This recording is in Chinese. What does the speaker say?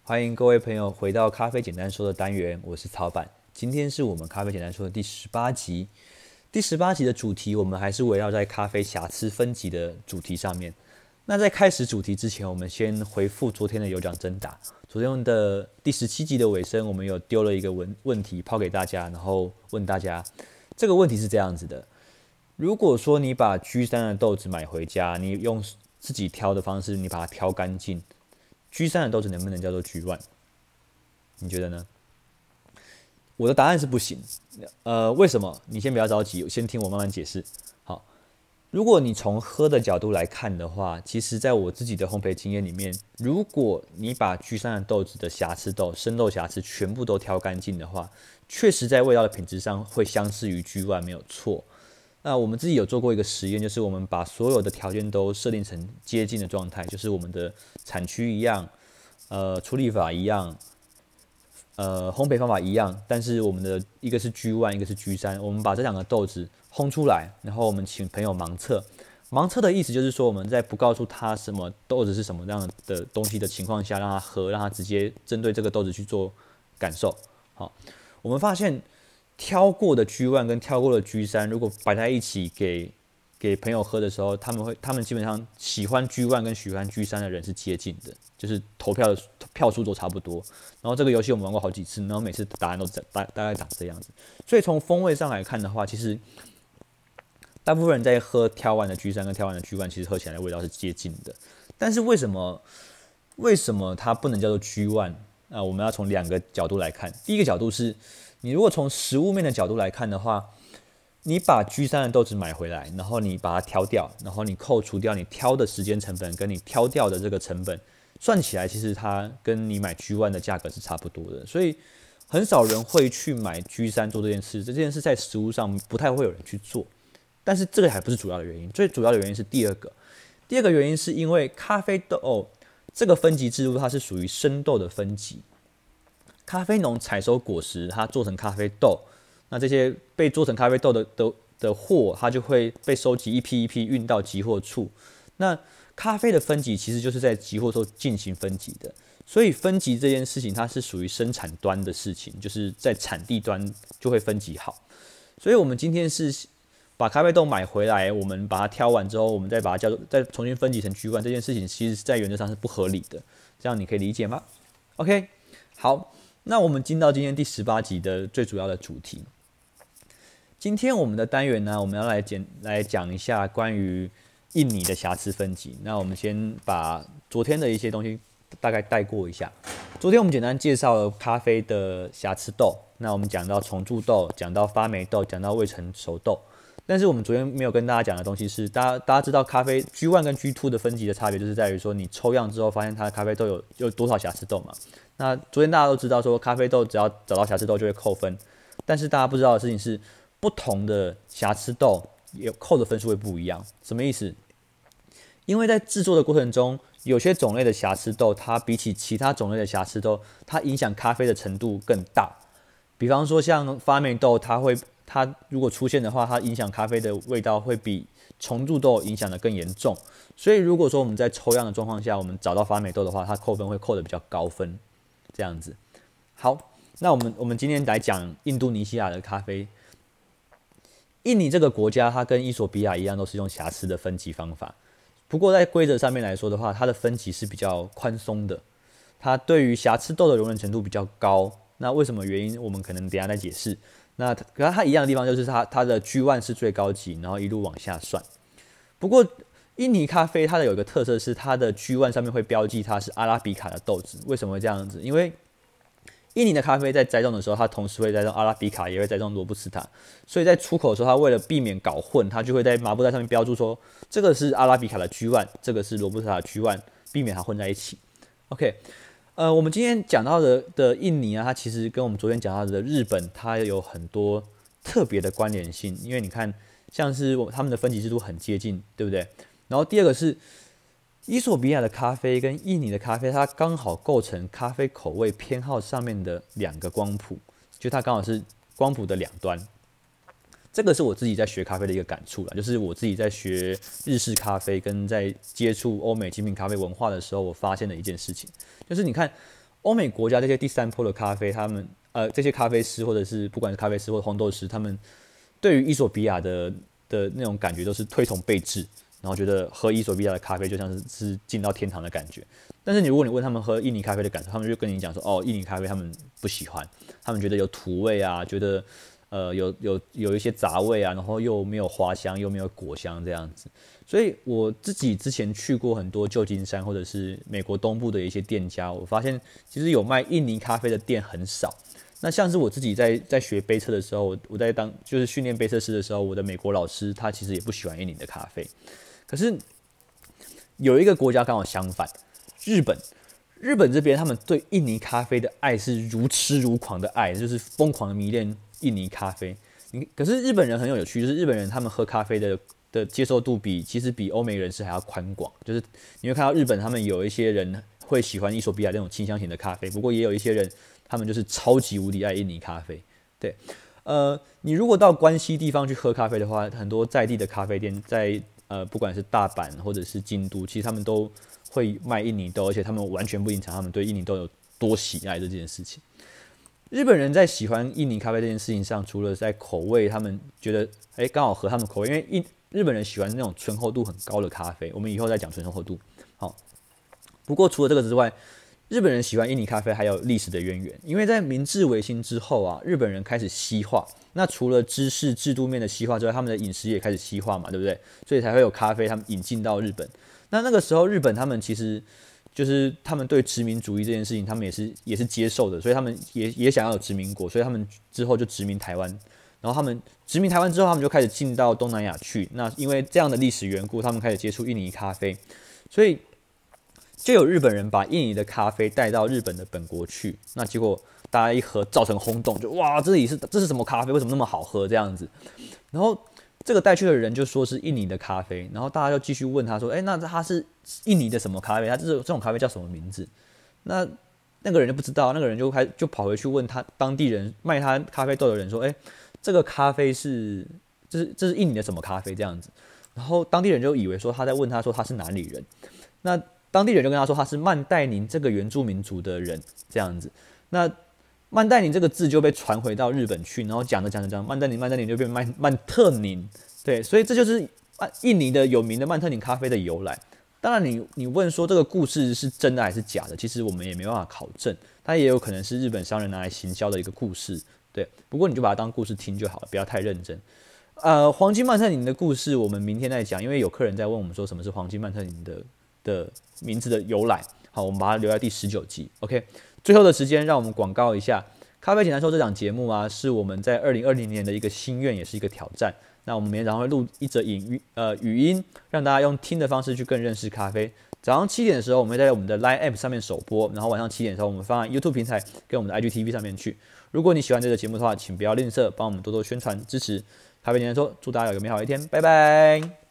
欢迎各位朋友回到咖啡简单说的单元，我是曹板。今天是我们咖啡简单说的第18集。第18集的主题，我们还是围绕在咖啡瑕疵分级的主题上面。那在开始主题之前，我们先回复昨天的有奖征答。昨天的第17集的尾声，我们有丢了一个问题抛给大家，然后问大家，这个问题是这样子的：如果说你把 G3 的豆子买回家，你用自己挑的方式，你把它挑干净，G3 的豆子能不能叫做 G1？ 你觉得呢？我的答案是不行。为什么？你先不要着急，先听我慢慢解释。好，如果你从喝的角度来看的话，其实在我自己的烘焙经验里面，如果你把 G3 的豆子的瑕疵豆、生豆瑕疵全部都挑干净的话，确实在味道的品质上会相似于 G1， 没有错。那我们自己有做过一个实验，就是我们把所有的条件都设定成接近的状态，就是我们的产区一样，处理法一样，烘焙方法一样，但是我们的一个是 G1， 一个是 G3， 我们把这两个豆子烘出来，然后我们请朋友盲测。盲测的意思就是说，我们在不告诉他什么豆子是什么样的东西的情况下，让他喝，让他直接针对这个豆子去做感受。好，我们发现挑过的 G1 跟挑过的 G3， 如果摆在一起给朋友喝的时候，他们基本上喜欢 G1 跟喜欢 G3 的人是接近的，就是投票的票数都差不多。然后这个游戏我们玩过好几次，然后每次答案都大概长这样子。所以从风味上来看的话，其实大部分人在喝挑完的 G3 跟挑完的 G1， 其实喝起来的味道是接近的。但是为什么它不能叫做 G1？我们要从两个角度来看。第一个角度是，你如果从食物面的角度来看的话，你把 G3 的豆子买回来，然后你把它挑掉，然后你扣除掉你挑的时间成本跟你挑掉的这个成本，算起来其实它跟你买 G1 的价格是差不多的。所以很少人会去买 G3 做这件事，这件事在食物上不太会有人去做。但是这个还不是主要的原因，最主要的原因是第二个原因是因为咖啡豆这个分级制度它是属于生豆的分级，咖啡农采收果实，它做成咖啡豆。那这些被做成咖啡豆的货，它就会被收集一批一批运到集货处。那咖啡的分级其实就是在集货处进行分级的，所以分级这件事情它是属于生产端的事情，就是在产地端就会分级好。所以我们今天是把咖啡豆买回来，我们把它挑完之后，我们再把它再重新分级成 G1， 这件事情其实在原则上是不合理的。这样你可以理解吗 ？OK， 好，那我们进到今天第18集的最主要的主题。今天我们的单元呢，我们要来讲一下关于印尼的瑕疵分级。那我们先把昨天的一些东西大概带过一下。昨天我们简单介绍了咖啡的瑕疵豆，那我们讲到重贮豆，讲到发霉豆，讲到未成熟豆。但是我们昨天没有跟大家讲的东西是，大家知道咖啡 G1 跟 G2 的分级的差别，就是在于说你抽样之后发现它的咖啡豆有多少瑕疵豆嘛。那昨天大家都知道说咖啡豆只要找到瑕疵豆就会扣分，但是大家不知道的事情是，不同的瑕疵豆也扣的分数会不一样。什么意思？因为在制作的过程中，有些种类的瑕疵豆，它比起其他种类的瑕疵豆，它影响咖啡的程度更大。比方说像发霉豆，它如果出现的话，它影响咖啡的味道会比重贮豆影响的更严重。所以如果说我们在抽样的状况下，我们找到发霉豆的话，它扣分会扣的比较高分。这样子。好，那我们今天来讲印度尼西亚的咖啡。印尼这个国家，它跟伊索比亚一样，都是用瑕疵的分级方法。不过在规则上面来说的话，它的分级是比较宽松的，它对于瑕疵豆的容忍程度比较高。那为什么原因？我们可能等一下再解释。那跟它一样的地方就是它的 G1 是最高级，然后一路往下算。不过印尼咖啡它的有一个特色是，它的 G1 上面会标记它是阿拉比卡的豆子。为什么会这样子？因为印尼的咖啡在栽种的时候，它同时会栽种阿拉比卡，也会栽种罗布斯塔，所以在出口的时候，它为了避免搞混，它就会在麻布袋上面标注说，这个是阿拉比卡的 G1， 这个是罗布斯塔的 G1， 避免它混在一起。OK， 我们今天讲到的印尼啊，它其实跟我们昨天讲到的日本，它有很多特别的关联性，因为你看，像是他们的分级制度很接近，对不对？然后第二个是，伊索比亚的咖啡跟印尼的咖啡，它刚好构成咖啡口味偏好上面的两个光谱，就它刚好是光谱的两端。这个是我自己在学咖啡的一个感触啦，就是我自己在学日式咖啡跟在接触欧美精品咖啡文化的时候，我发现的一件事情，就是你看欧美国家这些第三波的咖啡，他们这些咖啡师或者是不管是咖啡师或者烘豆师，他们对于伊索比亚的那种感觉都是推崇备至，然后觉得喝伊索比亚的咖啡就像是进到天堂的感觉。但是如果你问他们喝印尼咖啡的感受，他们就跟你讲说，哦，印尼咖啡他们不喜欢，他们觉得有土味啊，觉得有一些杂味啊，然后又没有花香，又没有果香这样子。所以我自己之前去过很多旧金山或者是美国东部的一些店家，我发现其实有卖印尼咖啡的店很少。那像是我自己在学杯测的时候，我在就是训练杯测师的时候，我的美国老师他其实也不喜欢印尼的咖啡。可是有一个国家刚好相反，日本。日本这边他们对印尼咖啡的爱是如痴如狂的爱，就是疯狂的迷恋印尼咖啡。可是日本人很有趣，就是日本人他们喝咖啡的接受度其实比欧美人士还要宽广。就是你会看到日本他们有一些人会喜欢伊索比亚那种清香型的咖啡，不过也有一些人他们就是超级无敌爱印尼咖啡。对，你如果到关西地方去喝咖啡的话，很多在地的咖啡店在不管是大阪或者是京都，其实他们都会卖印尼豆，而且他们完全不隐藏他们对印尼豆有多喜爱这件事情。日本人在喜欢印尼咖啡这件事情上，除了在口味，他们觉得刚好合他们口味，因为日本人喜欢那种醇厚度很高的咖啡，我们以后再讲醇厚度。好，不过除了这个之外，日本人喜欢印尼咖啡还有历史的渊源，因为在明治维新之后啊，日本人开始西化。那除了知识制度面的西化之外，他们的饮食也开始西化嘛，对不对？所以才会有咖啡他们引进到日本。那个时候日本他们其实就是他们对殖民主义这件事情，他们也是接受的，所以他们也想要有殖民国，所以他们之后就殖民台湾。然后他们殖民台湾之后，他们就开始进到东南亚去。那因为这样的历史缘故，他们开始接触印尼咖啡，所以就有日本人把印尼的咖啡带到日本的本国去。那结果大家一喝造成轰动，就哇，这是什么咖啡？为什么那么好喝这样子？然后这个带去的人就说是印尼的咖啡，然后大家就继续问他说，那他是印尼的什么咖啡？他这种咖啡叫什么名字？那个人就不知道，那个人就跑回去问他当地人卖他咖啡豆的人说，这个咖啡这是印尼的什么咖啡这样子？然后当地人就以为说他在问他说他是哪里人，那当地人就跟他说他是曼代宁这个原住民族的人这样子。那曼代宁这个字就被传回到日本去，然后讲曼代宁就变曼特宁，对，所以这就是印尼的有名的曼特宁咖啡的由来。当然你问说这个故事是真的还是假的，其实我们也没办法考证，它也有可能是日本商人拿来行销的一个故事，对。不过你就把它当故事听就好了，不要太认真。黄金曼特宁的故事我们明天再讲，因为有客人在问我们说什么是黄金曼特宁的名字的由来。好，我们把它留在第19集。OK， 最后的时间让我们广告一下咖啡简单说这档节目啊，是我们在2020年的一个心愿，也是一个挑战。那我们每天早上会录一则语音，让大家用听的方式去更认识咖啡。早上7点的时候，我们会在我们的 Line App 上面首播，然后晚上7点的时候，我们放在 YouTube 平台跟我们的 IGTV 上面去。如果你喜欢这个节目的话，请不要吝啬帮我们多多宣传支持咖啡简单说。祝大家有个美好的一天，拜拜。